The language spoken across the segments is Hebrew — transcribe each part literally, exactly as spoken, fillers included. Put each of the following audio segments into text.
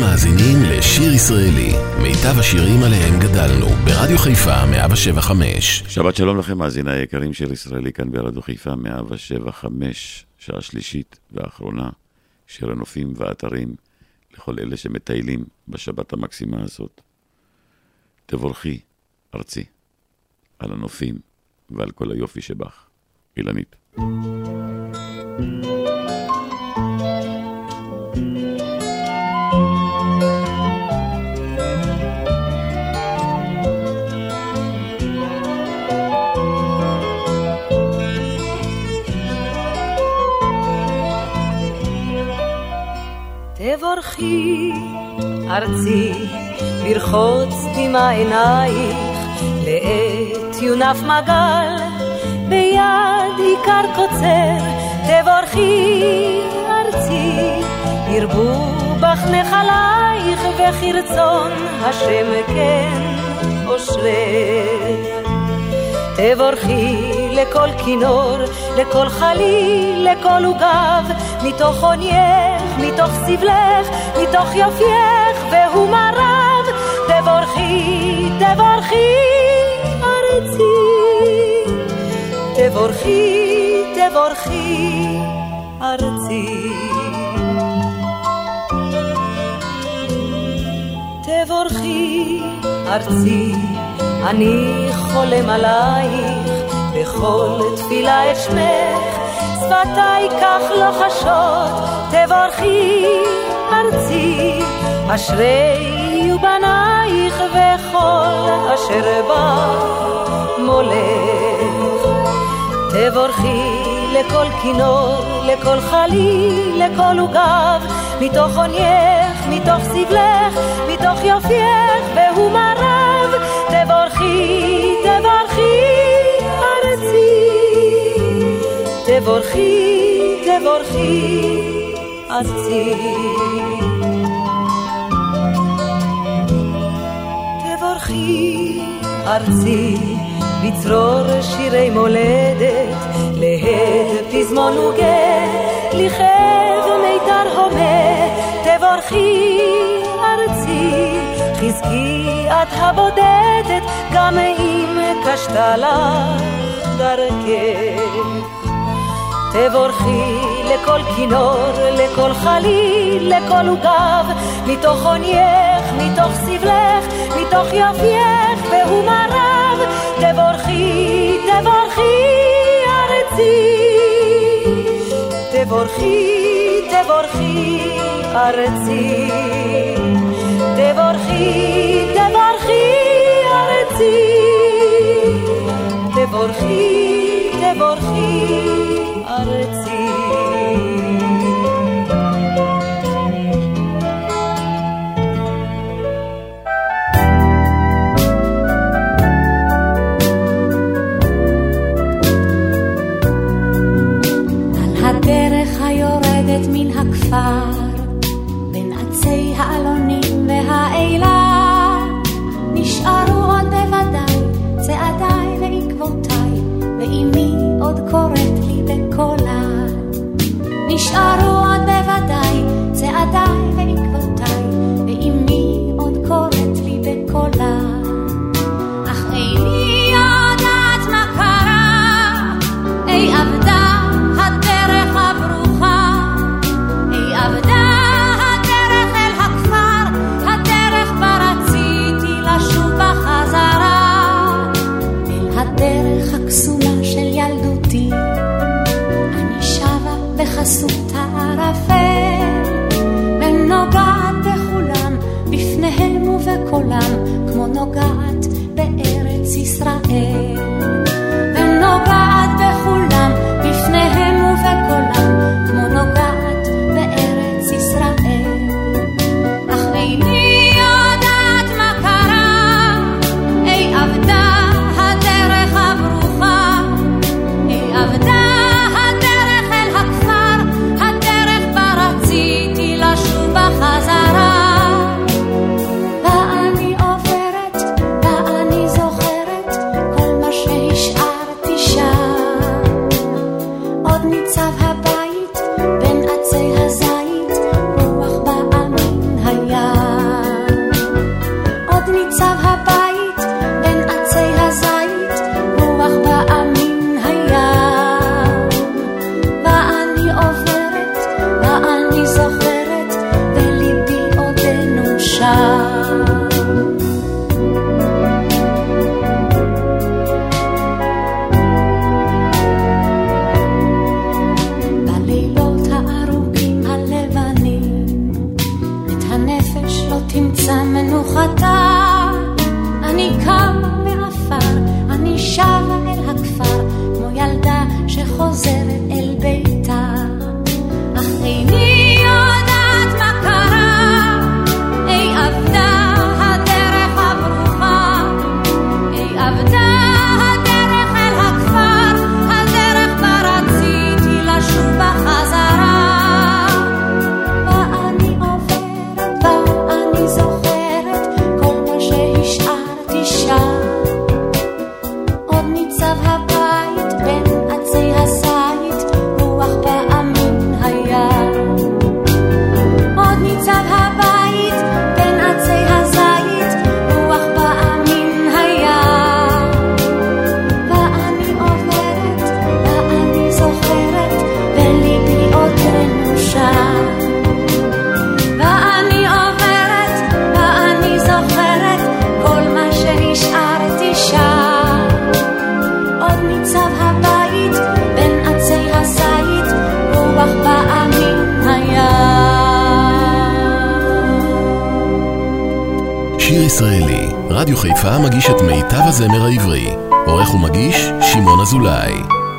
מאזינים לשיר ישראלי, מיטב השירים עליהם גדלנו, ברדיו חיפה מאה שבע חמש. שבת שלום לכם מאזיני היקרים, שיר ישראלי כאן ברדיו חיפה מאה שבע חמש, שעה שלישית והאחרונה, שיר הנופים והאתרים לכל אלה שמטיילים בשבת המקסימה הזאת. תבורכי ארצי על הנופים ועל כל היופי שבך. אילנית. תבורכי ארצי לרחוץ דמע עינייך לעת יונף מגל ביד עיקר קוצר. תבורכי ארצי ירבו בך נחלייך וכרצון השם כן אושרך. תבורכי לכל כינור, לכל חליל, לכל עוגב, מתוך עונייך, מתוך סבלך, מתוך יופייך והוא מרב. תבורכי, תבורכי ארצי, תבורכי, תבורכי ארצי. תבורכי ארצי, אני חולם עלייך בכל תפילה את שמך, שפתיי כך לוחשות. תבורכי ארצי, אשרי יהיו בנייך וכל אשר בא מולך. תבורכי לכל כינור, לכל חליל, לכל עוגב, מתוך עונייך, מתוך סבלך, מתוך יופייך והוא מרב. תבורכי, תבורכי ארצי, תבורכי, תבורכי ארצי. תבורכי ארצי, בצרור שירי מולדת, להד פזמון וגט, לכאב מיתר הומה. תבורכי ארצי, חזקי את הבודדת, גם אם קשתה לך דרכך. תבורכי לכל כינור, לכל חליל, לכל עוגב, מתוך עונייך, מתוך סבלך, מתוך יופייך והוא מרב. תבורכי, תבורכי ארצי, תבורכי, תבורכי ארצי. תבורכי, תבורכי ארצי, תבורכי, תבורכי ארצי. על הדרך היורדת מן הכפר בין עצי העלונים והאילה, נשארו עוד בוודאי צעדיי ועקבותיי, ואימי עוד קוראת לי בקולה. נשארו עוד בוודאי צעדיי ועקבותיי, ואימי עוד קוראת לי בקולה. אך איני יודעת מה קרה, אי עבדה הדרך הברוכה, אי עבדה הדרך אל הכפר, הדרך בה רציתי לשוב בחזרה. אל הדרך הקסומה של ילדותי אני שבה בחסות הערפל, בנו תמצא מנוחתה. אני קמה מעפר, אני שבה אל הכפר, כמו ילדה שחוזרת אל ביתה. אך איני יודעת מה קרה, אי עבדה הדרך הברוכה, אי עבדה הדרך אל הכפר, הדרך בה רציתי לשוב בחזרה. ואני עוברת, ואני זוכרת כל מה שהשארתי שם. עוד ניצב הבית בין עצי הזית, רוח פעמים היה. עוד ניצב הבית בין עצי הזית, רוח פעמים היה. ואני עוברת, ואני זוכרת, וליבי עודנו שם. ואני עוברת, ואני זוכרת כל מה שהשארתי שם. עוד ניצב הבית בין עצי הזית, רוח פעמים היה. שיר ישראלי, רדיו חיפה מגיש את מיטב הזמר העברי. עורך ומגיש שמעון אזולאי.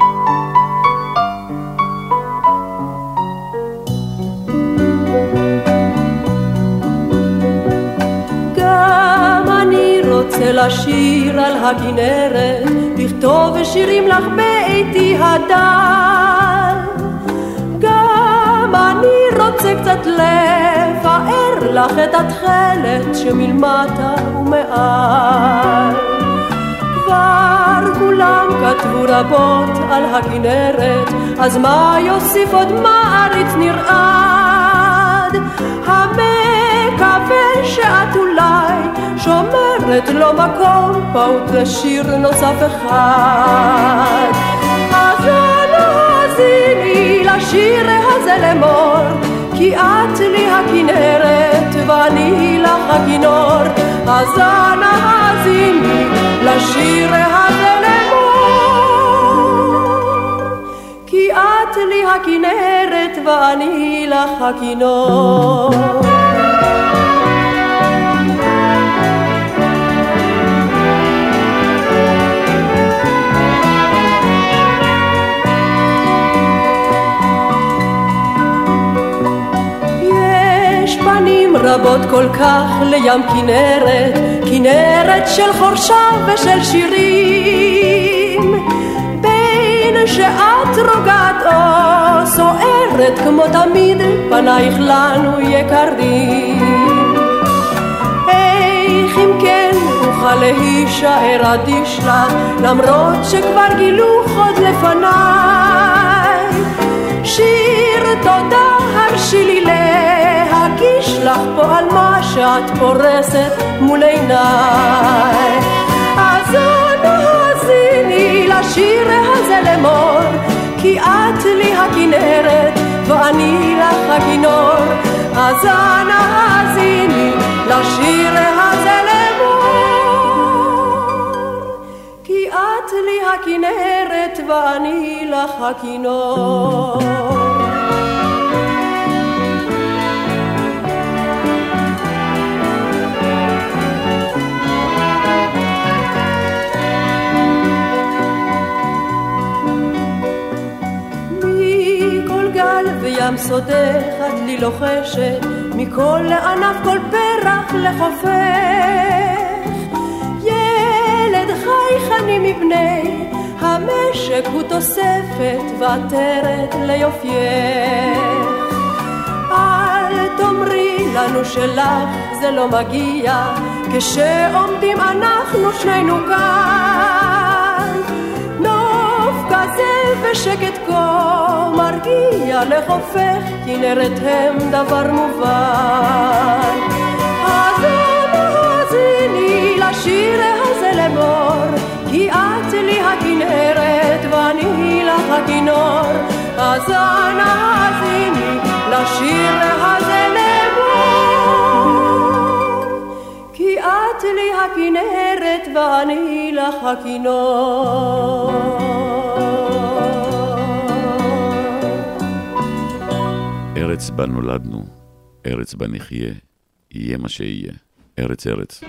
גם אני רוצה לשיר על הכנרת, לכתוב שירים לך באיתי הדל. גם אני רוצה קצת לפאר לך את התכלת שמלמטה ומעל. כבר כולם כתבו רבות על הכנרת, אז מה יוסיף עוד מעריץ נרעד? המקווה שאת אולי שומרת לו מקום פעוט לשיר נוסף אחד. אז נאזיני לשיר הזה לאמור, כי את לי הכנרת ואני לך הכינור. אז נאזיני לשיר הזה לאמור, כי את לי הכנרת ואני לך הכינור. פנים רבות כל כך לים כנרת, כנרת של חורשה ושל שירים. בין שאת רוגעת או סוערת כמו תמיד, פנייך לנו יקרים. איך אם כן אוכל להישאר אדיש לה, למרות שכבר גילו חוד לפניי. שיר תודה הרשי לי להגיש לך פה על מה שאת פורסת מול עיניי. אז נאזיני לשיר הזה לאמור, כי את לי הכנרת ואני לך הכינור. אז נאזיני לשיר הזה לאמור, כי את לי הכנרת ואני לך הכינור. ים סודך את לי לוחשת, מכל לענף כל פרח לחופך. ילד חייכני מבני המשק הוא תוספת ועטרת ליופייך. אל תאמרי לנו שלך זה לא מגיע, כשעומדים אנחנו שנינו כאן. נוף כזה ושקט כה מרגיע לחופך, כנרת הם דבר מובן. אז נאזיני לשיר הזה לאמור, כי את לי הכנרת ואני לך הכינור. אז נאזיני לשיר הזה לאמור, כי את לי הכנרת ואני לך הכינור. ארץ בה נולדנו, ארץ בה נחיה, יהיה מה שיהיה. ארץ ארץ.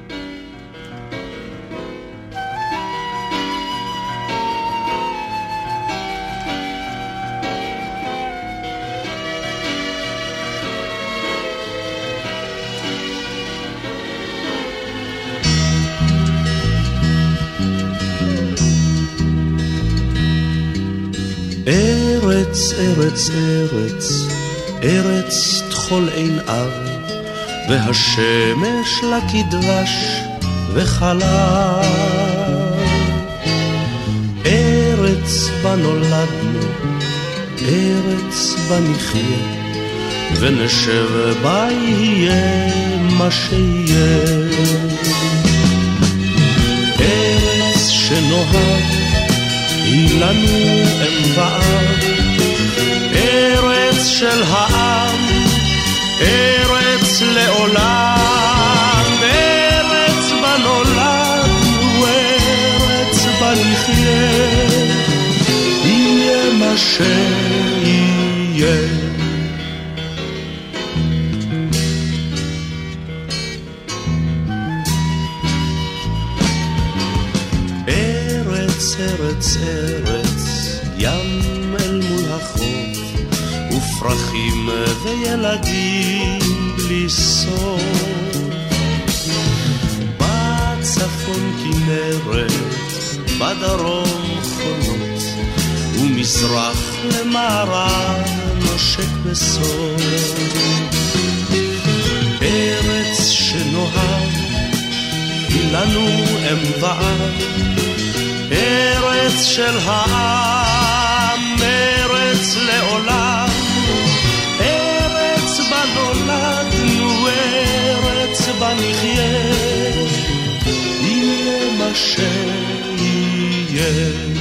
ארץ, ארץ, ארץ, ארץ תחול עין אב, והשמש לה כדבש וחלב. ארץ בה נולדנו, ארץ בה נחיה, ונשב בה יהיה מה שיהיה. ארץ שנוהג היא לנו אם ואב, ארץ של העם, ארץ לעולם. ארץ בה נולדנו, ארץ בה נחיה, יהיה מה שיהיה. ארץ ארץ ים אל מול החוף, ופרחים וילדים בלי סוף. בצפון כנרת, בדרום חולות, ומזרח למערב נושק בסוף. ארץ שנוהג היא לנו אם ואב, ארץ של העם, ארץ לעולם. ארץ בה נולדנו, ארץ בה נחיה, יהיה מה שיהיה.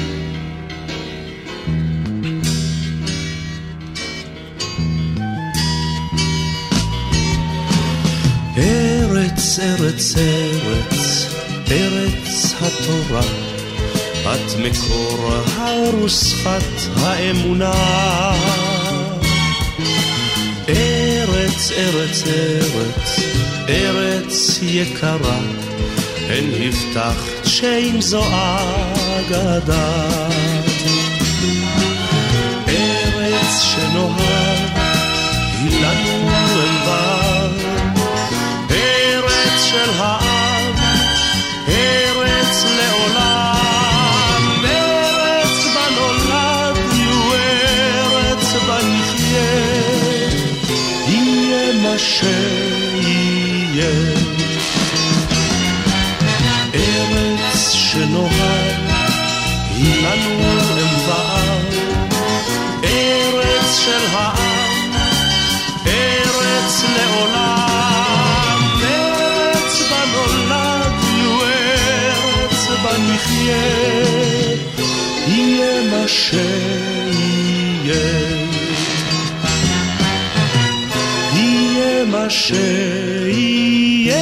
ארץ, ארץ, ארץ, ארץ התורה, את מקור הרוספת האמונה. ארץ, ארץ, ארץ, ארץ יקרה, הן הבטחת שאם זו אגדה. ארץ שנוהג היא לנו אלבר, ארץ של העם, ארץ לעולם. מה שיהיה. ארץ שנוהג היא לנו אם ואב, ארץ של העם, ארץ לעולם. ארץ בה נולדנו, ארץ בה נחיה, יהיה מה שיהיה. מה שיהיה.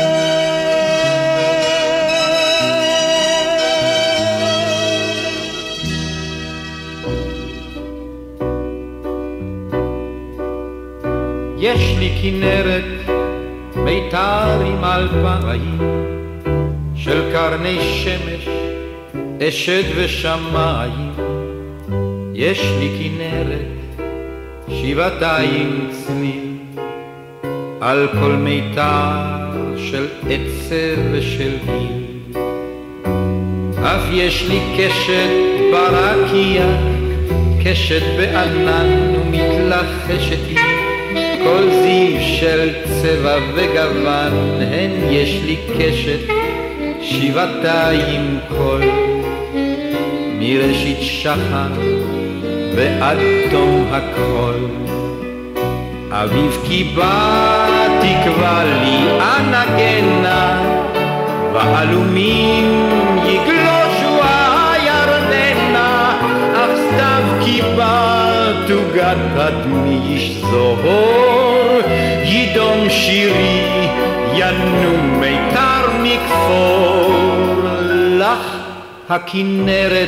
יש לי כנרת מיתר עם אלפיים של קרני שמש, אשד ושמיים. יש לי כנרת שבעתיים צליל על כל מיתר של עצב ושל גיל. אף יש לי קשת ברקיע, קשת בענן ומתלחשת היא, כל זיו של צבע וגוון. הן יש לי קשת שבעתיים קול, מראשית שחר ועד תום הכל. אביב כי בא תקווה לי אנגנה, ועלומים יגלושו הירדנה. אך סתיו כי בא תוגת אדמי איש זוהור, ידום שירי ינום מיתר מכפור. לך הכנרת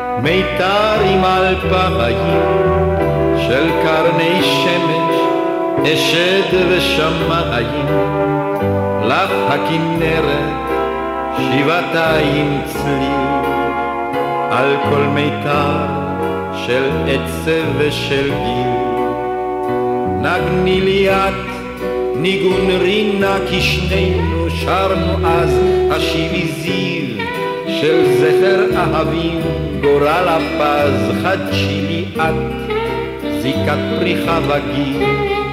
מיתר עם אלפיים של קרני שמש, אשד ושמיים, לך הכנרת שבעתיים צליל, על כל מיתר של עצב ושל גיל. נגני לי את ניגון רינה, כי שנינו שרנו אז השיבי זיו של זכר אהבים, גורל הפז חדשי לי את זיקת פריחה וגיל.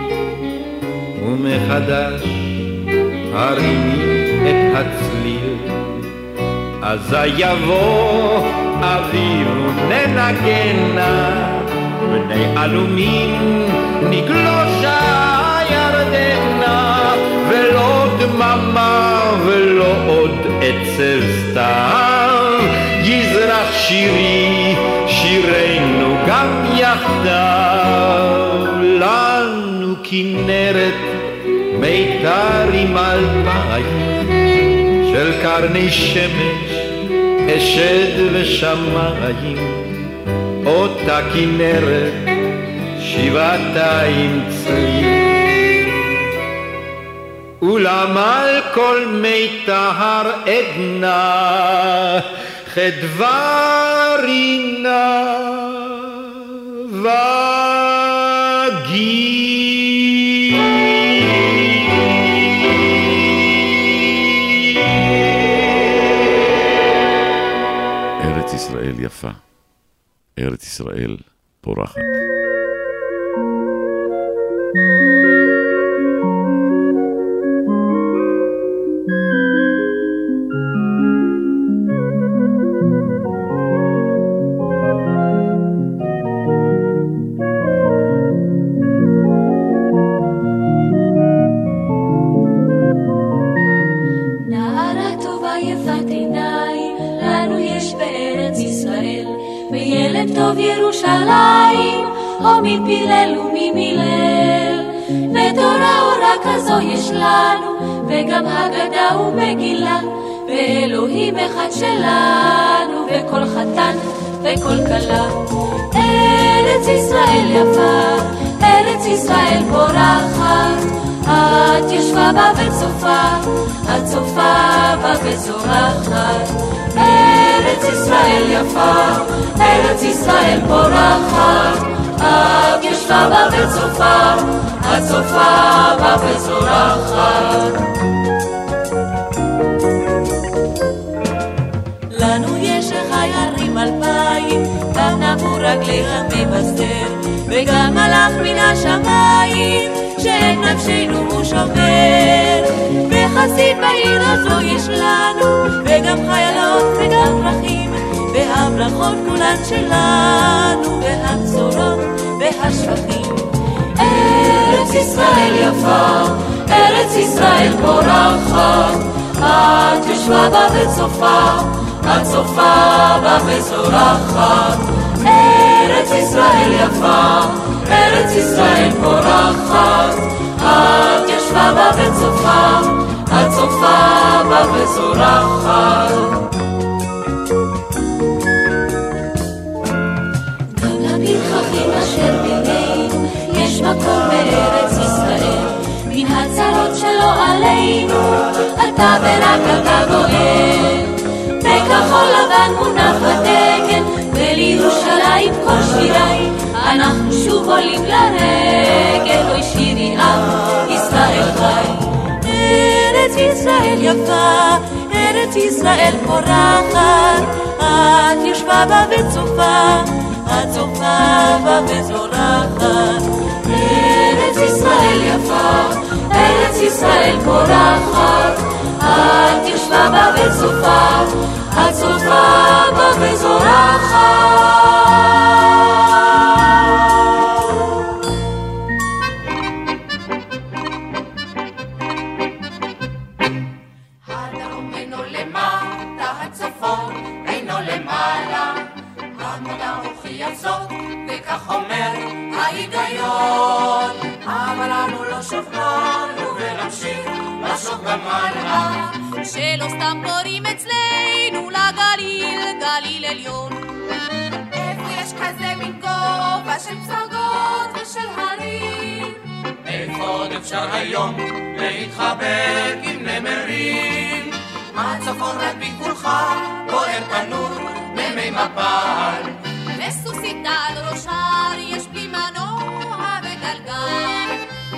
ומחדש הרימי את הצליל, אזי יבוא אביב וננגנה, בני אלומים נגלושה ירדנה, ולא דממה ולא עוד עצב סתם, יזרח שירי שירנו גם יחדיו. לנו כנרת מיתר עם אלפיים, של קרני שמש אשד ושמיים, אותה כנרת שבעתיים צליל. אולם על כל מיתר עדנה חדווה רינה וגיל. ארץ ישראל יפה, ארץ ישראל פורחת. טוב ירושלים, או מפילל וממילל, ותורה אורה כזו יש לנו, וגם הגדה ומגילה, ואלוהים אחד שלנו, וכל חתן וכל כלה. ארץ ישראל יפה, ארץ ישראל פורחת, את ישבה בה וצופה, את צופה בה וזורחת. ארץ ישראל יפה, ארץ ישראל פורחת, את ישבה בה וצופה, את צופה בה וזורחת. לנו יש חיירים אלפיים, גם נבו רגלי המבשר, וגם מלאך מן השמיים, שאין נפשנו הוא שומר. וחסיד בעיר הזו יש לנו, וגם חיילות וגם פרחים, והברכות כולן שלנו, והבשורות והשפכים. ארץ ישראל יפה, ארץ ישראל פורחת, את ישבה בה וצופה, את צופה בה וזורחת. ארץ ישראל יפה, ארץ ישראל פורחת, את ישבה בה וצופה, את צופה בה וזורחת. גם למרחבים אשר בינינו יש מקום בארץ ישראל, מן הצרות שלו עלינו אתה ורק אתה גואל. בכחול לבן מונח הדגל, ולירושלים כל שיריי אנחנו שוב עולים לרגל. אוי שירי עם ישראל חי. ארץ ישראל יפה, ארץ ישראל פורחת, את ישבה בה וצופה, את צופה בה וזורחת. ארץ ישראל יפה, ארץ ישראל פורחת, את ישבה בה וצופה, את צופה בה וזורחת. הדרום אינו למטה, הצפון אינו למעלה, המדע הוכיח זאת, וכך אומר ההיגיון. אבל אנו לא שוכנענו ונמשיך לשוק במעלה, שלא סתם קוראים אצלנו לגליל, גליל עליון. איפה יש כזה מין גובה של פסגות ושל הרים? איפה עוד אפשר היום להתחבק עם נמרים? מהצפון רק בגבולך בוער תנור במי מפל, וסוסית על ראשר יש בלי מנוע וגלגל.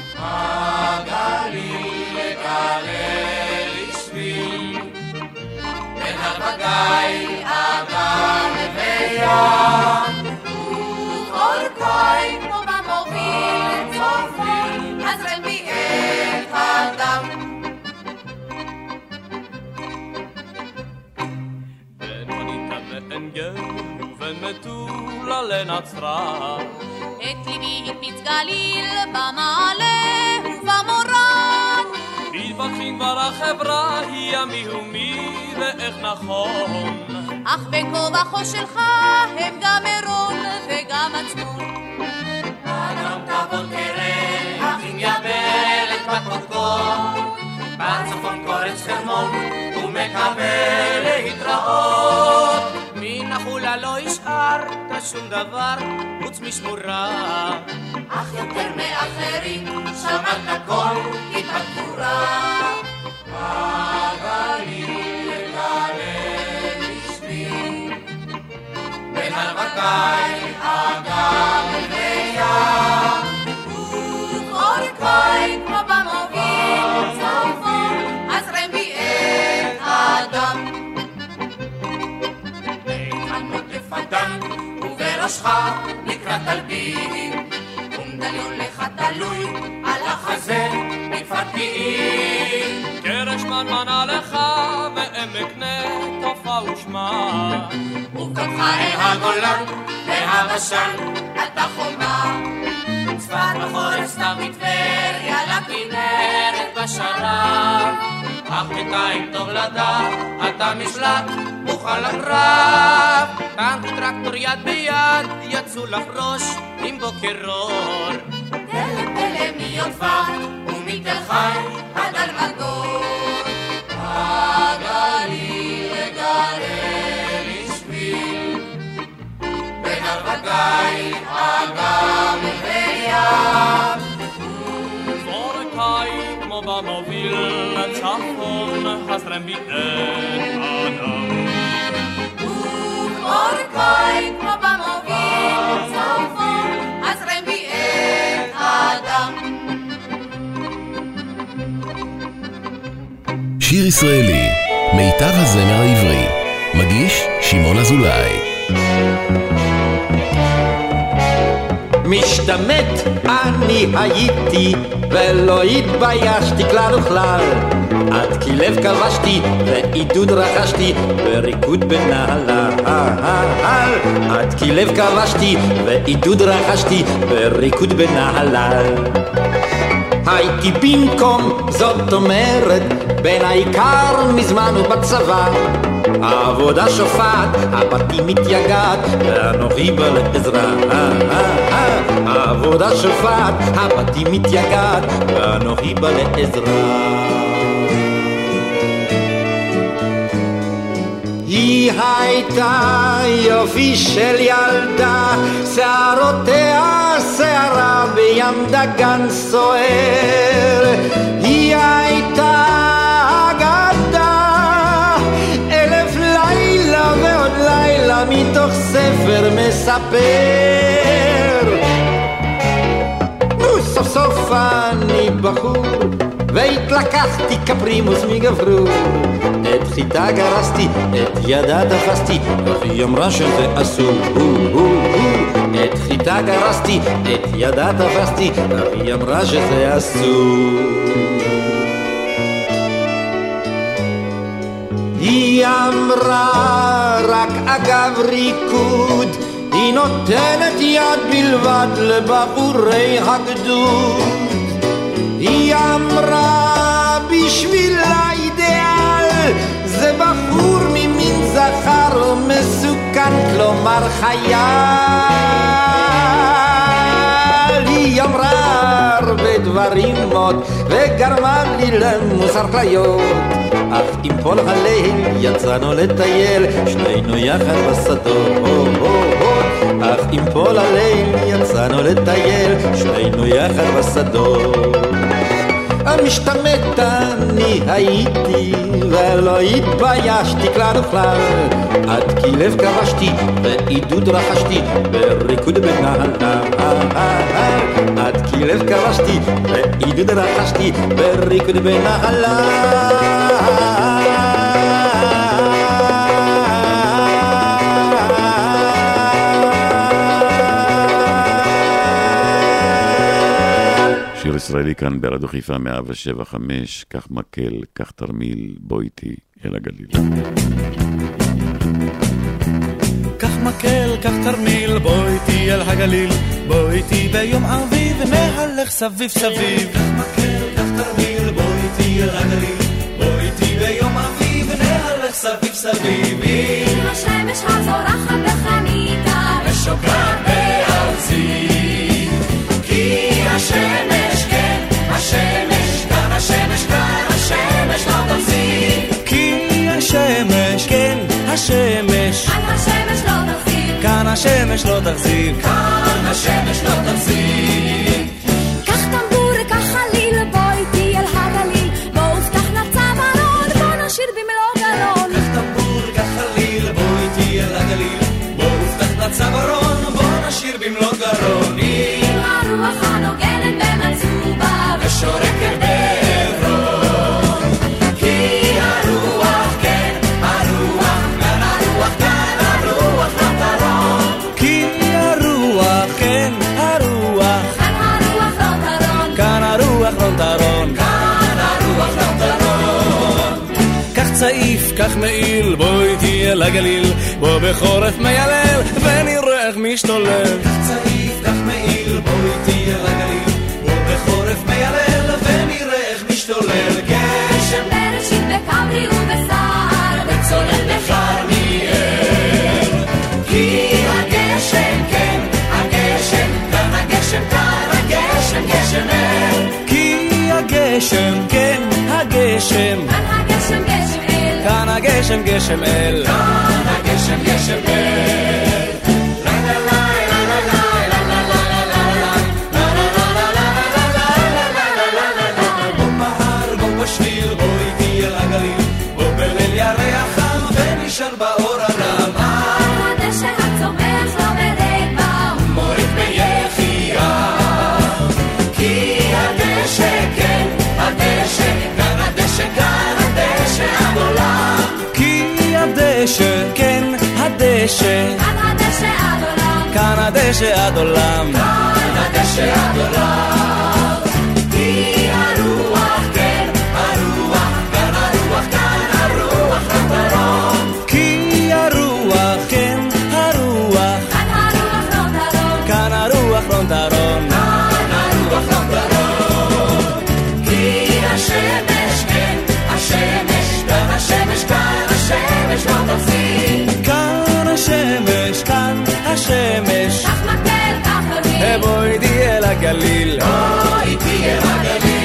הגליל לגלל שביל בין הרגי אגם וים, ובאורכי כמו במוביל צופים הזרם בי את הדם. בין מניתה ואין גר ובין מטולה לנצרת, את ליבי הקפיץ גליל במעלה ובמורד, מתווכחים כבר החברה היא המי ומי ואיך נכון, אך בין כה וכה שלך הם גם עירון וגם עצמון. בדרום תבוא תראה אחים יבלת בקודקוד, בצפון קורץ חרמון ומקווה להתראות. מן החולה לא השארת שום דבר חוץ משמורה, אך יותר מאחרים שמעת קול התפתחורה. הגליל לגלל שביל בין הרווקי אגם וים, ובאורכי כמו במוביל צופון הזרם בי את הדם. בהתחנות לפתן ובראשך לקראת תלבינים, ומדליון לך תלוי על החזה בכפר פקיעין. קרש מנמנה לך ועמק נטופה ושמה, ובקמך אל הגולן והבשן אתה חומה, צפת בחורף סתיו מטבריה לכנרת בשרב, אך בינתיים טוב לדעת אתה משלט מוכן לקרב. טנק וטרקטור יד ביד יצאו לחרוש עם בוקר אור, תלם תלם מיודפת ומתל חי עד אלמגור. הגליל לגלל שביל בין הרווקי אגם וים, ובאורכי כמו במוביל צפון הזרם בי את הדם. ובאורכי כמו במוביל צפון הזרם בי את הדם. שיר ישראלי, מיטב הזמר העברי, מגיש שמעון אזולאי. משתמט אני הייתי ולא התביישתי כלל וכלל, עד כי לב כבשתי ועידוד רכשתי בריקוד בנהלל, עד כי לב כבשתי ועידוד רכשתי בריקוד בנהלל. הייתי במקום, זאת אומרת, בין העיקר מזמן ובצבא, העבודה שופעת, הבתים מתייגעת, ואנוכי בא לעזרה. העבודה שופעת, הבתים מתייגעת, ואנוכי בא לעזרה. היא הייתה יופי של ילדה, שערותיה שערה בים דגן סוער. היא הייתה אגדה, אלף לילה ועוד לילה מתוך ספר מספר. נו סוף סוף אני בחור, והתלקחתי כפרימוס מגברור. את חיטה גרסתי, את ידה תפסתי, אך היא אמרה שזה אסור. את חיטה גרסתי, את ידה תפסתי, אך היא אמרה שזה אסור. היא אמרה רק אגב ריקוד, היא נותנת יד בלבד לבחורי הגדוד. היא אמרה בשביל האידאל, זה בחור ממין זכר מסוכן, כלומר חייל. היא אמרה הרבה דברים עוד וגרמה לי למוסר כליות, אך עם כל הליל יצאנו לטייל, שנינו יחד בשדות. אך אם פול הליל יצאנו לטייל שנינו יחד בשדות. המשתמט אני הייתי ולא התביישתי כלל וכלל, עד כי לב כבשתי ועידוד רכשתי בריקוד בנהלל, עד כי לב כבשתי ועידוד רכשתי בריקוד בנהלל. שיר ישראלי כאן ברדיו חיפה מאה שבע חמש, קח מקל, קח תרמיל, בוא איתי אל הגליל. קח מקל, קח תרמיל, בוא איתי אל הגליל, בוא איתי ביום אביב נהלך סביב סביב. קח מקל, קח תרמיל, בוא איתי אל הגליל, בוא איתי ביום אביב נהלך סביב סביב. אם השמש הזורחת בחניתה ושוקעת בארצי, כי השמש, כן, השמש, כאן השמש, כאן השמש לא תחזיק. כי השמש, כן, השמש, כאן השמש לא תחזיק. כאן השמש לא תחזיק. כאן השמש לא תחזיק. קח טמבור, קח חליל, בוא איתי אל הגליל, בוא ופתח נצב ארון, בוא נשיר במלוא גלון. קח טמבור, קח חליל, בוא איתי אל הגליל, בוא ופתח נצב ארון, בוא נשיר במלוא גלון. הרוח הנוגנת במצובה ושורקת בעברון, כי הרוח, כן, הרוח, כאן הרוח, כאן הרוח לא תרון. כי הרוח, כן, הרוח, כאן הרוח לא תרון. כאן הרוח לא תרון. כאן הרוח לא תרון. קח צעיף, קח מעיל, בוא איתי אל הגליל, בוא בחורף מיילל ונראה איך משתולל. קח צעיף, קח מעיל, בוא איתי אל הגליל, בוא בחורף מיילל ונראה איך משתולל. גשם בראשית בקמרי ובסער וצולל בכרמיאל, כי הגשם, כן, הגשם, כאן הגשם, כאן הגשם, גשם אל. כי הגשם, כן, הגשם, כאן הגשם גשם אל. כאן הגשם, גשם אל. כאן הגשם, גשם אל. בשביל בוא איתי אל הגליל, בוא בליל ירח חם ונשאר באור הרם. הדשא הצומח לא ברבע מוריד ביחייה, כי הדשא, כן, הדשא, כאן הדשא, כאן הדשא עד עולם. כי הדשא, כן, הדשא, כאן הדשא עד עולם. כאן הדשא עד עולם. כאן הדשא עד עולם. כי הרוח, כן, הרוח, כאן הרוח, כאן הרוח לא תרון. כי הרוח, כן, הרוח, כאן הרוח לא תרון. כאן הרוח לא תרון. כאן הרוח לא תרון. כי השמש, כן, השמש, כאן השמש, כאן השמש לא תחזיק. כאן השמש, כאן השמש, קח מקל, קח תרמיל, בוא איתי אל הגליל, בוא איתי אל הגליל.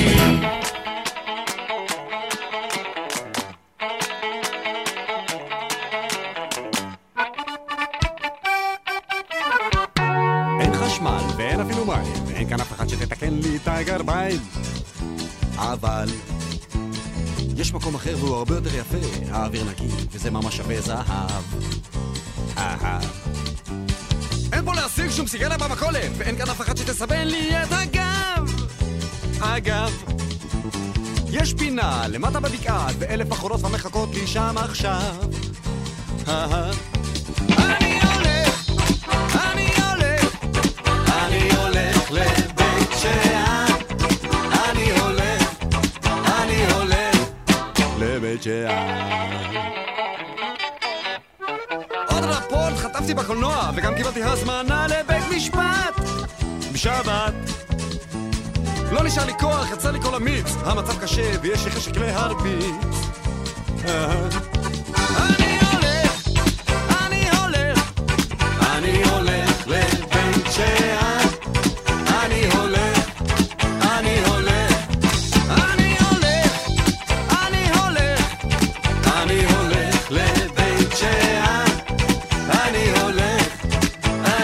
אין חשמל ואין אפילו מים, ואין כאן אף אחד שתתקן לי את הגרביים. אבל יש מקום אחר והוא הרבה יותר יפה, האוויר נקי, וזה ממש שווה זהב. אהה. אין פה להשיג שום סיגריה במכולת, ואין כאן אף אחד שתסבן לי את הגב. אגב, יש פינה למטה בבקעה, ואלף אחורות ומחכות לי שם עכשיו. אהה. אני הולך, אני הולך, אני הולך לבית שאן. אני הולך, אני הולך לבית שאן. עוד רפורט חטפתי בקולנוע, וגם קיבלתי הזמנה לבית משפט בשבת. לא נשאר לי כוח, יצא לי כל המיץ, המצב קשה ויש לי חשק להרביץ. אני הולך, אני הולך, אני הולך לבית שאן. אני הולך, אני הולך, אני הולך, אני הולך, אני הולך לבית שאן. אני הולך,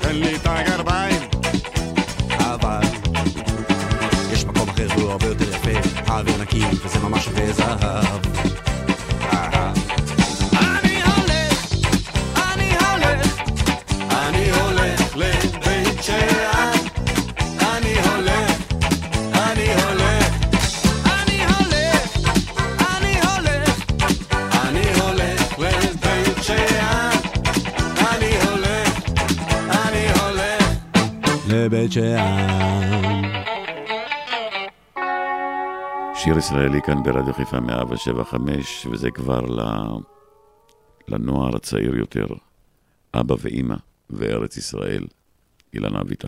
תן לי את הגרביים. אבל יש מקום אחר והוא הרבה יותר יפה, האוויר נקי וזה ממש שווה זהב. אני הולך, אני הולך, אני הולך לבית שאן. אני הולך, אני הולך, אני הולך, אני הולך, אני הולך לבית שאן. אני הולך, אני הולך לבית שאן. שיר ישראלי כאן ברדיו חיפה מאה שבע חמש, וזה כבר לנוער הצעיר יותר, אבא ואמא וארץ ישראל, אילנה אביטל.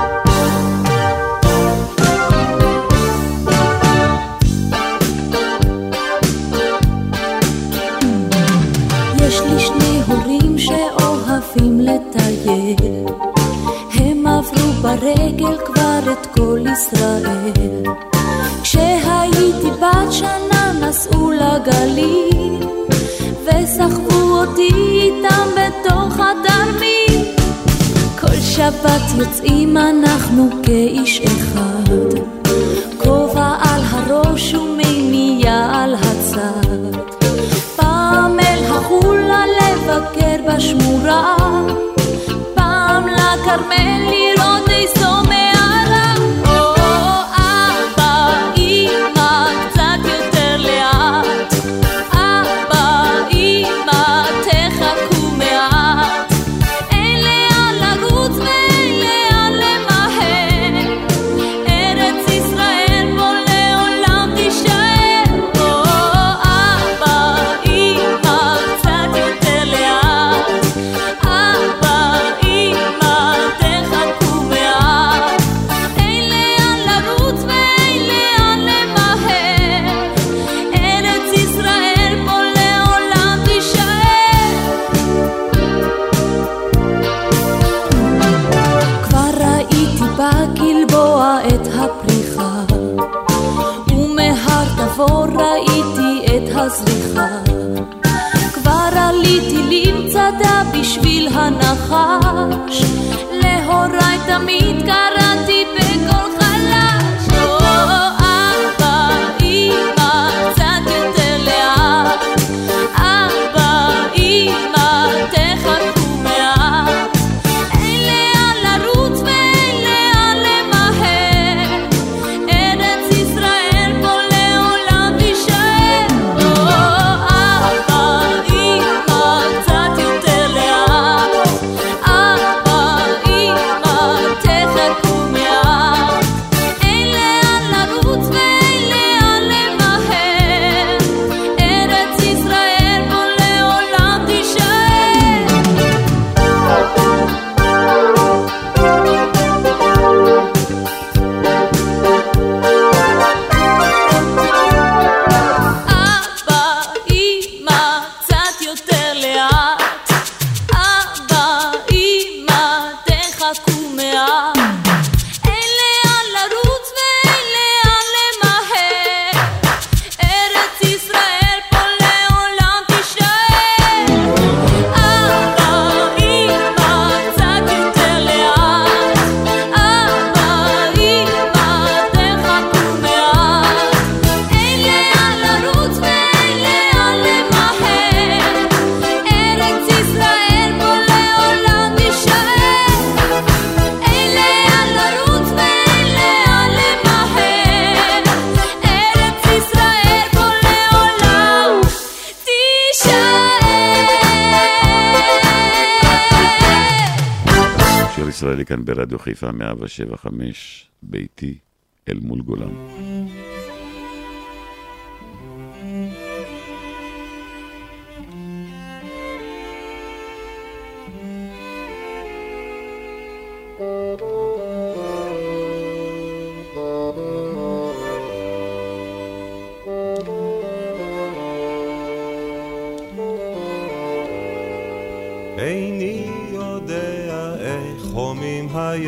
יש לי שני הורים שאוהבים לטייל, הם עברו ברגל כבר את כל ישראל. כשהייתי בת שנה נסעו לגליל, וסחבו אותי איתם בתוך התרמיל. כל שבת יוצאים אנחנו כאיש אחד, כובע על הראש ומימייה על הצד. פעם אל החולה לבקר בשמורה, פעם לכרמל לראות איזו מערה. ראיתי את הזריחה, כבר עליתי למצדה בשביל הנחש, להוריי תמיד קראתי בקול חלש. או אבא, אמא, קצת יותר לאט, אבא, אמא, תחכו מעט, אין לאן לרוץ ואין לאן למהר, ארץ ישראל פה לעולם תישאר. או אבא, אמא, קצת יותר לאט, אבא, אמא, תחכו מעט, אין לאן לרוץ ואין לאן למהר, ארץ ישראל פה לעולם תישאר. אבא, אמא, קצת יותר לאט, אבא, אמא, תחכו מעט, אין לאן לרוץ ואין לאן למהר, ארץ ישראל פה לעולם תישאר. אבא, אמא, קצת יותר לאט, אבא, אמא, תחכו מעט, אין לאן לרוץ ואין לאן למהר, ארץ ישראל פה לעולם תישאר. אין לאן לרוץ ואין לאן למהר, ארץ ישראל פה לעולם תישאר. שיר ישראלי כאן ברדיו חיפה מאה שבע חמש, ביתי אל מול גולן. איני יודע איך חומים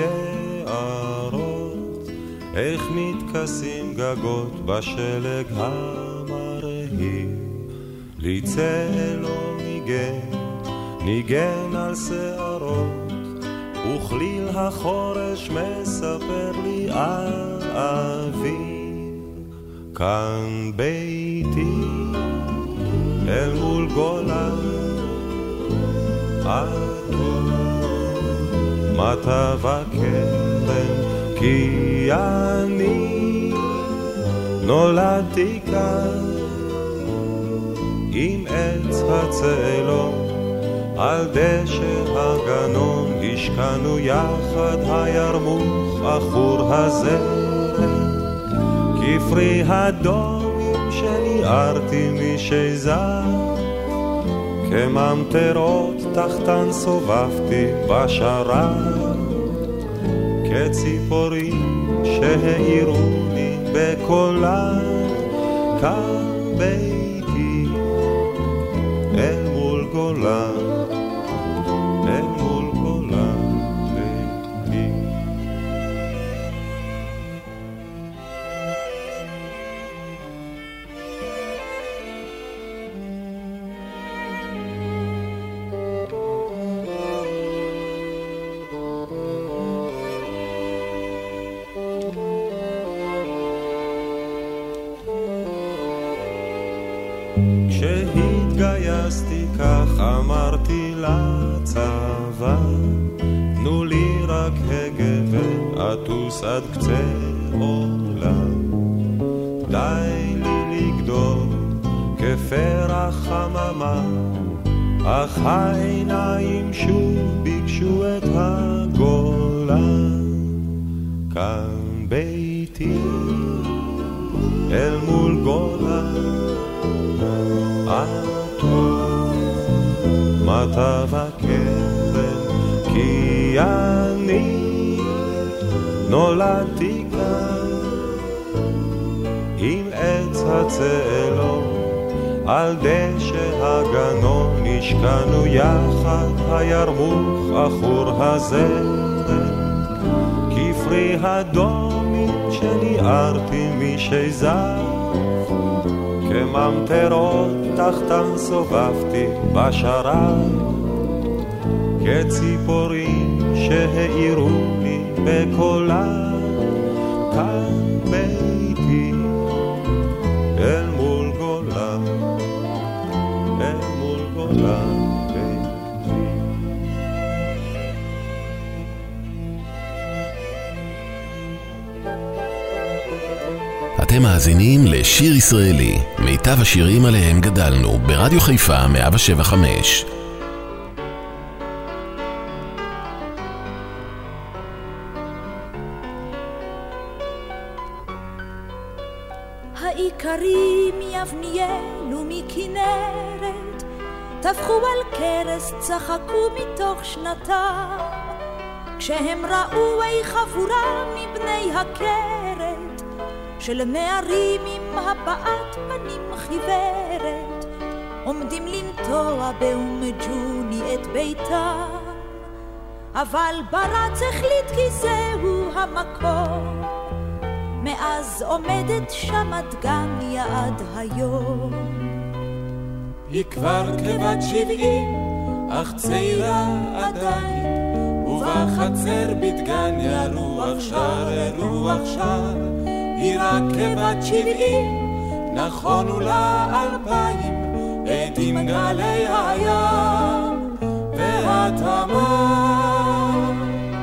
היערות, איך מתכסים גגות בשלג המרהיב. לי צל לא ניגן, ניגן על שערות, וכליל החורש מספר לי על אביב. כאן ביתי אל מול גולן עטור מטה וקרן, כי אני נולדתי כאן עם עץ הצאלון על דשא הגנון, השקענו יחד הירמוך עכור הזרם, כפרי הדומים שניערתי משזר, כממטרות תחתן סובבתי בשרת, כציפורים שהעירוני בקולן, כאן ביתי אל מול גולן, אל מול גולן ביתי. כשהתגייסתי כך אמרתי לצבא, תנו לי רק הגה ואטוס עד קצה עולם, די לי לגדול כפרח חממה, אך העיניים שוב ביקשו את הגולן. כאן ביתי אל מול גולן עטור מטה וקרן, כי אני נולדתי כאן עם עץ הצאלון על דשא הגנון, השקענו יחד הירמוך עכור הזרם, כפרי הדומים שניערתי משזר, כממטרות תחתן סובבתי בשרת, כציפורים שהעירוני בקולן, כאן ביתי אל מול גולן, אל מול גולן ביתי. אתם מאזינים לשיר ישראלי, מיטב השירים עליהם גדלנו, ברדיו חיפה מאה שבע חמש. העיקרים יבניאל ומכנרת טפחו על קרס, צחקו מתוך שנתם, כשהם ראו אי חבורה מבני הכרת של נערים עם הבעת פנים חיוורת, עומדים לנטוע באום ג'וני את ביתם, אבל ברץ החליט כי זהו המקום, מאז עומדת שם דגניה עד היום. היא כבר כבת שבעים, אך צעירה עדיין, ובחצר בדגניה רוח שר, רוח שר. היא רק כבת שבעים, נכונו לה אלפיים, עדים גלי הים והתמר.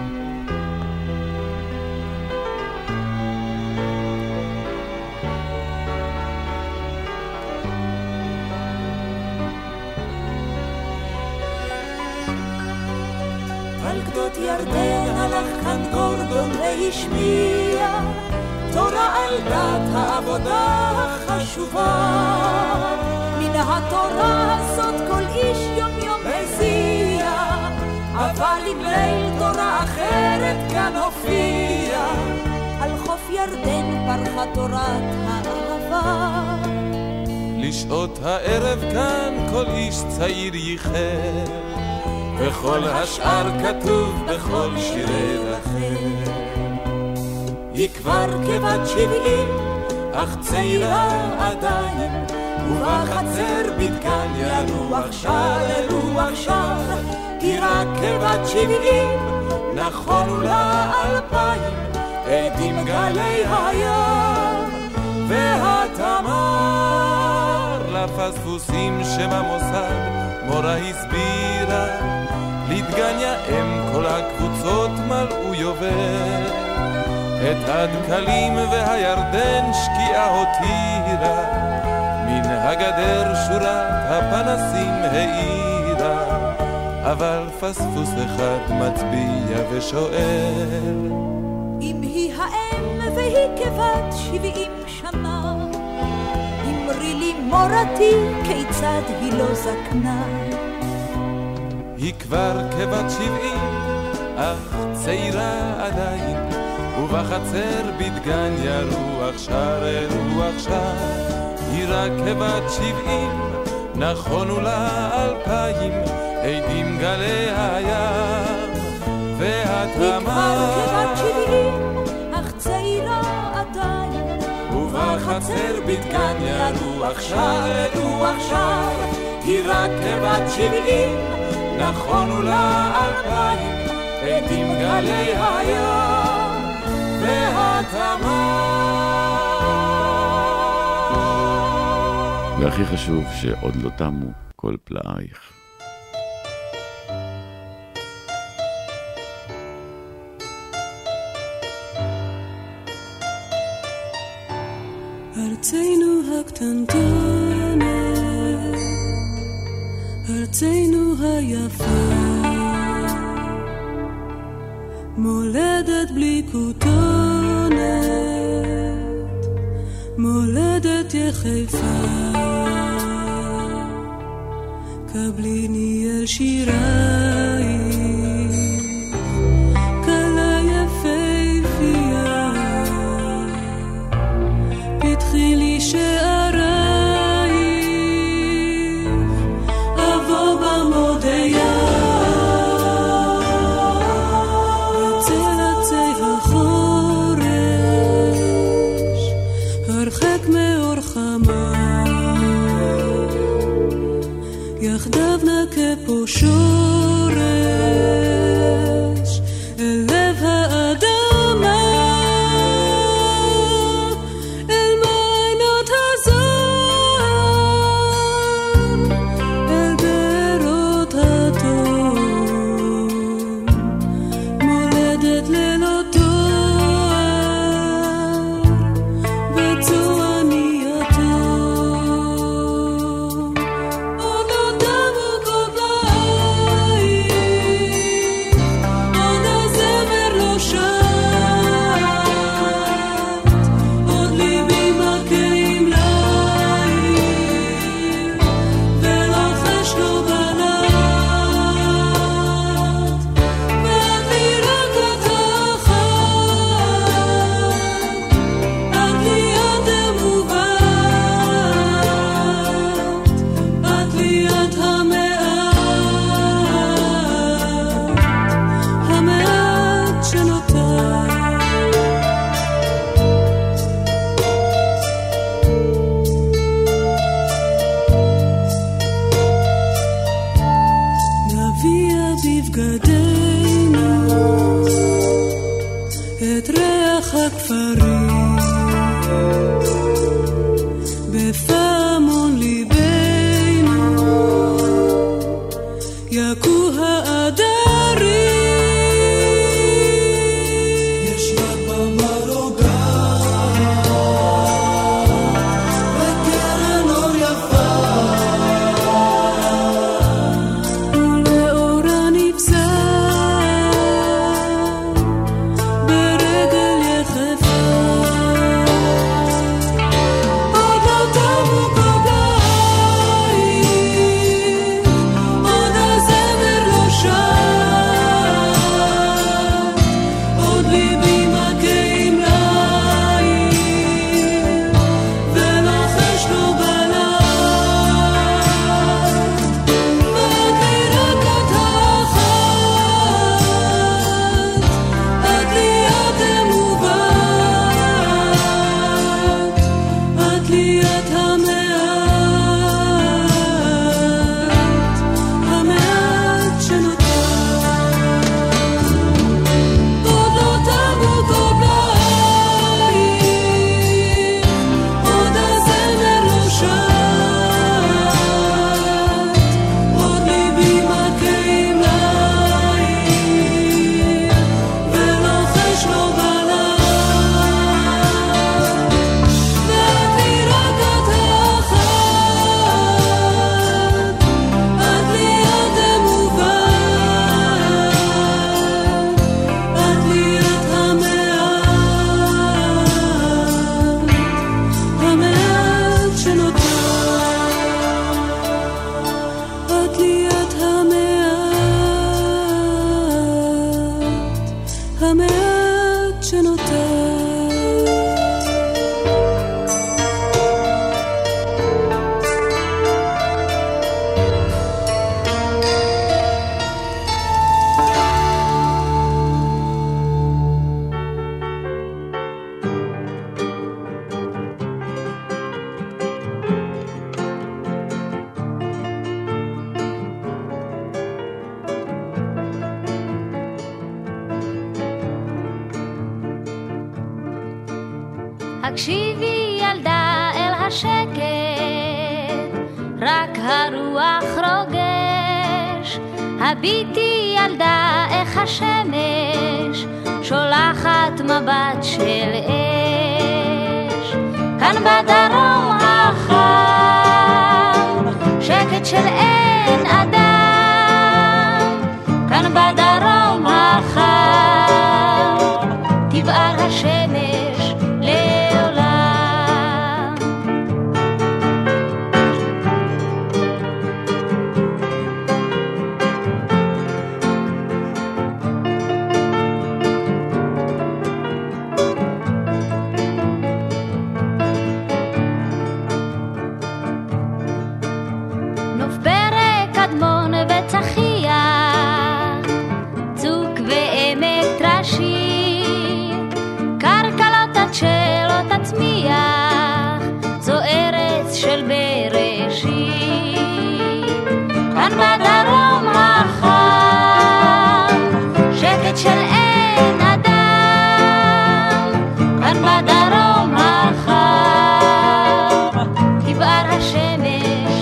על גדות ירדן הלך כאן גורדון והשמיע תורה על דת העבודה החשובה. מן התורה הזאת כל איש יום יום הזיע, אבל עם ליל תורה אחרת כאן הופיע. על חוף ירדן פרחה תורת האהבה. לשעות הערב כאן כל איש צעיר ייחר, וכל השאר כתוב בכל שירי אחר. היא כבר כבת שבעים, אך צעירה עדיין, ובחצר בדגניה רוח שר, רוח שר. היא רק כבת שבעים, נכונו לאלפיים, עדים גלי הים והתמר. לפספוסים שבמוסד מורה הסבירה, לדגניה אם כל הקבוצות מלאו יובל, את הדקלים והירדן שקיעה הותירה, מן הגדר שורת הפנסים האירה, אבל פספוס אחד מצביע ושואל, אם היא האם והיא כבת שבעים שנה, אמרי לי מורתי כיצד היא לא זקנה. היא כבר כבת שבעים אך צעירה עדיין, ובחצר בדגניה רוח שר רוח שר. היא רק כבת שבעים, נכונו לה אלפיים, עדים גלי הים והתמר. היא כבר כבת שבעים, אך צעירה עדיין, ובחצר בדגניה רוח שר רוח שר. היא רק כבת שבעים, נכונו לה אלפיים, עדים גלי הים והתמר. והכי חשוב שעוד לא תמו כל פלאייך. ארצנו הקטנטונת, ארצנו היפה, מולדת בלי כותונת, מולדת יחיפה, קבליני אל שירייך, קלה יפהפייה, פתחי לי שערייך, אבוא במודיה, בצל עצי החורש, הרחק מאור חמה, יחדיו נקה פה שורש, אל לב האדמה, אל מעיינות הזן, אל בארות התום, מולדת ללא תואר, וצועני התום. עוד לא תמו כל פלאייך, המעט שנותר. הקשיבי ילדה אל השקט, רק הרוח רוגש. הביטי ילדה איך השמש שולחת מבט של אש. כאן בדרום החם, שקט של אין אדם. כאן בדרום החם, תבער השמש זו ארץ של בראשית. כאן בדרום החם, שקט של אין אדם. כאן בדרום החם, תבער השמש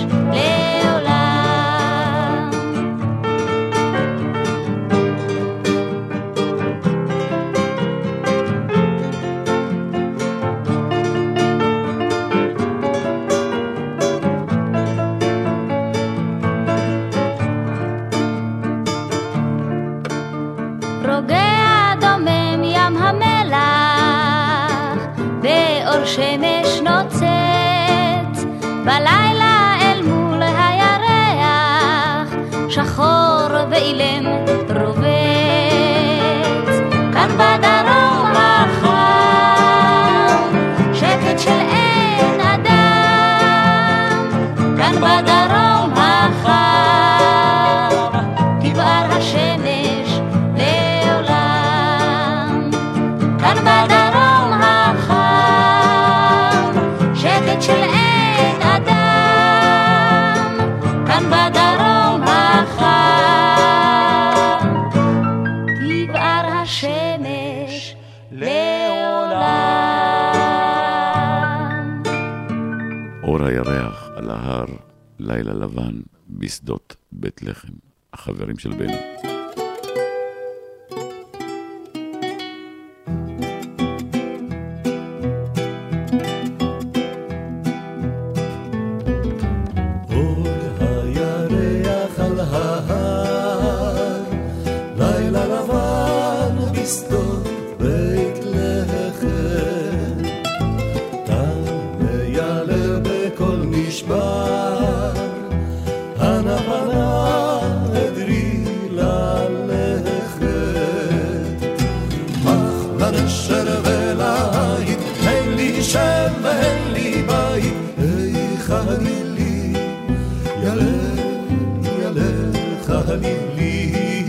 לעולם. שמש נוצאת בלילה אל מול הירח, שחור ואילם רובץ. כאן בדרום החם, שקט של אין אדם. כאן בדרום החם, תבער השמש לעולם. כאן בדרום החם, שקט של אין אדם. כאן בדרום החם, תבער השמש לעולם. אור הירח על ההר, לילה לבן בשדות בית לחם. החברים של בני. בשדות בית לחם, תמיילל בכל משבר, הנפנה אדרי ללכת. אך לנשר ולהית, אין לי שם ואין לי בית, איכה לי לי, ילך ילך לי לי.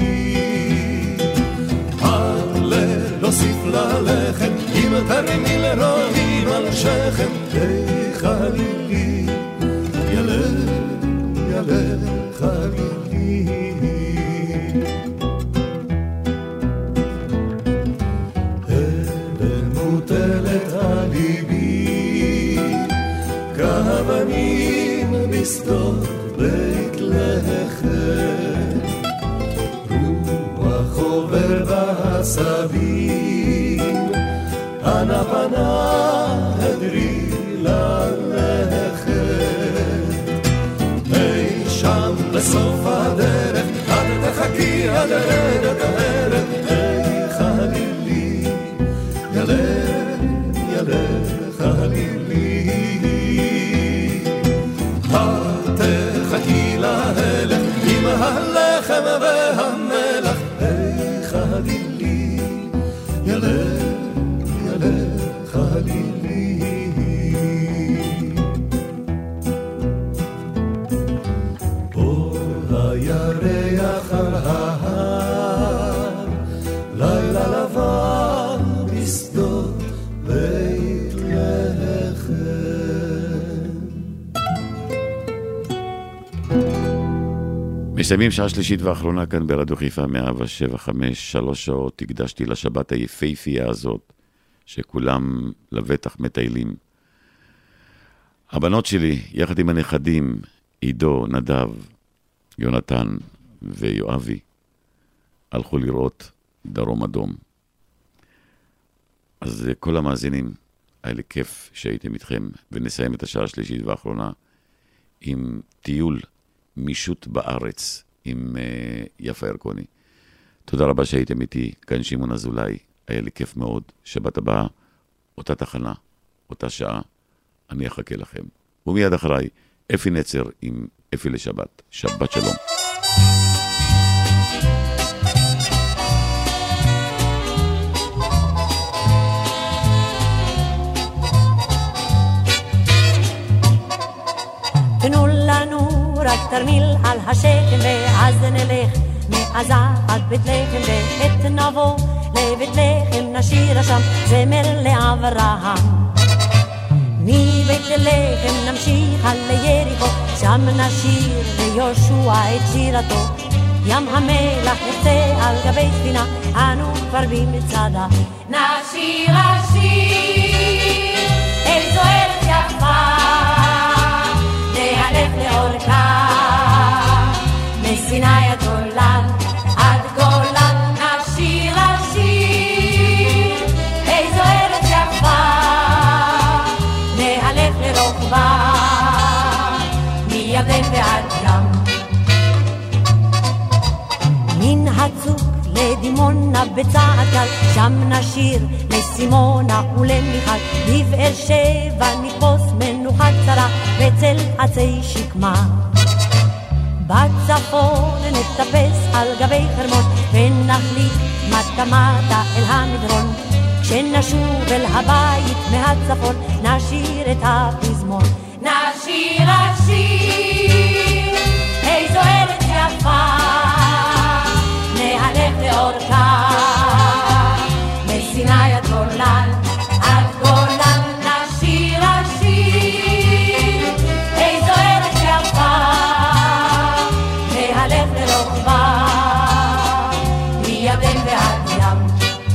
להוסיף ללחם, אם תרימי לרועים על שכם, איכה לי לי, ילך ילך לי לי. אבן מוטלת על ליבי, כאבנים בשדות בית לחם, רוח עובר בעשבים, הנפנה אדרי ללכת. אי שם בסוף הדרך, אל תחכי עד עד הערב, איכה לי לי, ילך ילך לי לי. אל תחכי להלך עם הלחם והמלח, איכה לי לי, מסיימים שעה שלישית ואחרונה כאן ברדיו חיפה מאה שבע חמש, שלוש שעות הקדשתי לשבת היפהפייה הזאת, שכולם לבטח מטיילים. הבנות שלי, יחד עם הנכדים, עידו, נדב, יונתן ויואבי, הלכו לראות דרום אדום. אז כל המאזינים, היה לי כיף שהייתם איתכם, ונסיים את השעה השלישית והאחרונה עם טיול מישות בארץ עם uh, יפה ירקוני. תודה רבה שהייתם איתי, כאן שמעון אזולאי, היה לי כיף מאוד. שבת הבאה, אותה תחנה, אותה שעה, אני אחכה לכם. ומיד אחריי, אפי נצר עם אפי לשבת. שבת שלום. תנו לנו רק תרמיל על השכם ואז נלך מעזה עד בית לחם ועת נבוא לבית לחם נשיר שם זמר לאברהם מבית לחם נמשיך על יריחו שם נשיר ליהושע את שירתו ים המלח נחצה על גבי ספינה אנו כבר במצדה נשיר השיר איזו ארץ יפה נהלך לאורכה מסיני עד גולן עד גולן נשיר השיר איזו ארץ יפה נהלך לרוחבה מירדן ועד ים מן הצוק לדימונה בצעד קל שם נשיר לסימונה ולמיכל בבאר שבע נתפוס מנוחה קצרה בצל עצי שקמה בצפון נטפס על גבי חרמון ונחליט מטה מטה אל המדרון כשנשוב אל הבית מהצפון נשיר את הפזמון נשיר השיר איזו ארץ יפה נהלך לאורכה מסיני עד גולן עד גולן נשיר השיר איזו ארץ יפה נהלך לרוחבה מירדן ועד ים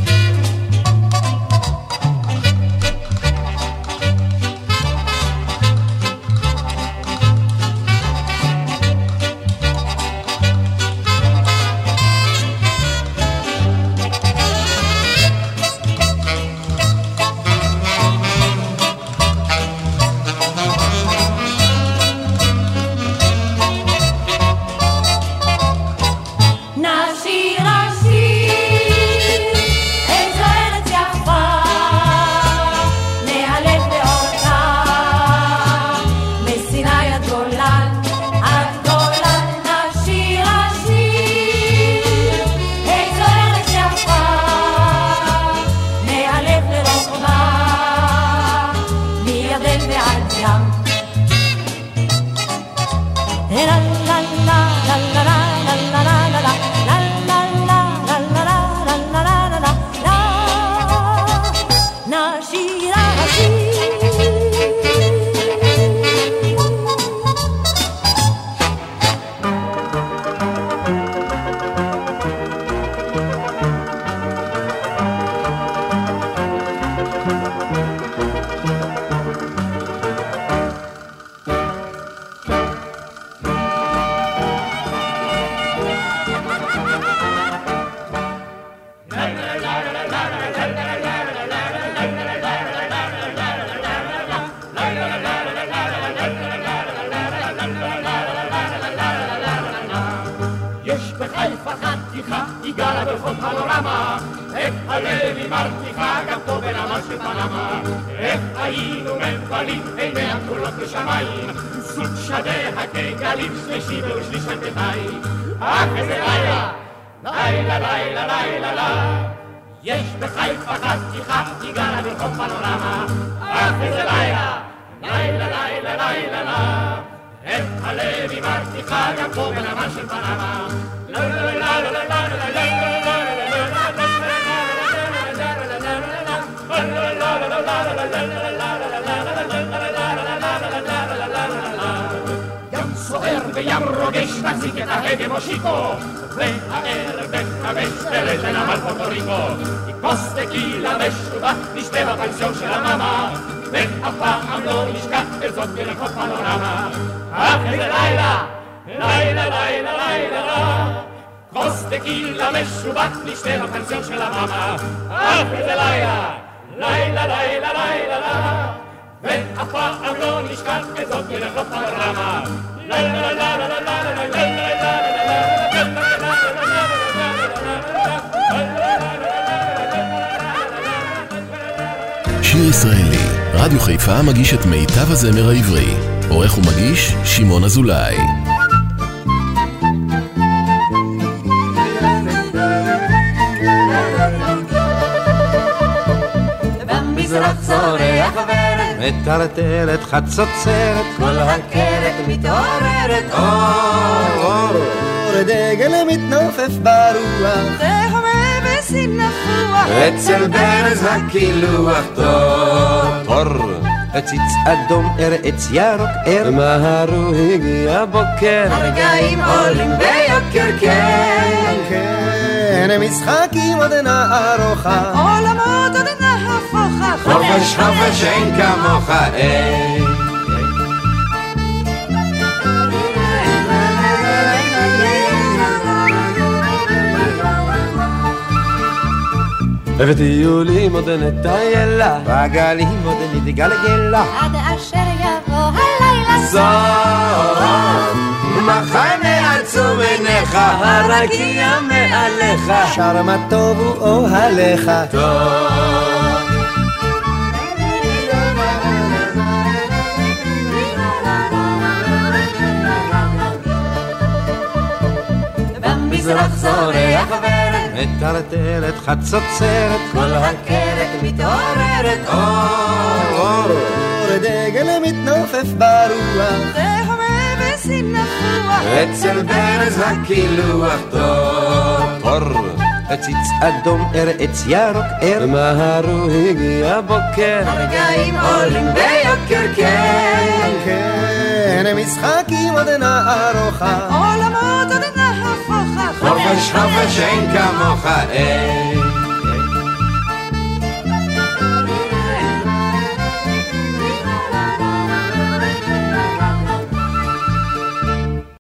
יש בחיפה חתיכה, היא גרה ברחוב פנורמה. אך איזה לילה, לילה, לילה, לילה, לילה. את הלב היא מבטיחה גם פה בנמל של פנמה. לא, לא, לא, לא, לא, לא, לא, גם סוער וים רוגש, תחזיק את ההגה מושיקו, והערב בחמש תרד לנמל פורטוריקו. כוס טקילה משובה, נשתה בפנסיון של המאמה, ואף פעם לא נשכח את זאת מרחוב פנורמה. אך איזה לילה, לילה, לילה, לילה, לילה, כוס טקילה משובה, נשתה בפנסיון של המאמה. אך איזה לילה, לילה, לילה, לילה, לילה, ואף פעם לא נשכח את זאת מרחוב פנורמה. לילה, לילה, לילה, לילה, לילה, שיר ישראלי, רדיו חיפה מגיש את מיטב הזמר העברי. עורך ומגיש שמעון אזולאי. במזרח צורח ורד, מטרטרת חצוצרת, כל הכרת מתעוררת. אור, אור, דגל מתנופף ברוח, תהווה בסינפוח, אצל ברז הקילוח טוב. תור, הציץ אדום ער עץ ירוק ער, מהרו הגיע בוקר, הרגעים עולים ביוקר. כן, כן, משחקים עוד נערוכה, עולמות עוד נהפוכה, חופש חופש אין כמוך. אין ובטיולים עוד נטיילה, בגלים עוד נתגלגלה, עד אשר יבוא הלילה סוף מחנה עצום עיניך, הרקיע מעליך, שר מה טוב הוא אוהליך. טוב במזרח זורח ורד, מטרטרת חצוצרת, כל הכרת מתעוררת. אור, אור, דגל מתנופף ברוח, תהווה בסינפוח, אצל ברז הקילוח טוב. תור, הציץ אדום ער עץ ירוק ער, מהרו הגיע בוקר, הרגעים עולים ביוקר. כן, כן, משחקים עוד נערוכה, עולמות עוד נהפוכה, חופש חופש אין כמוך. אין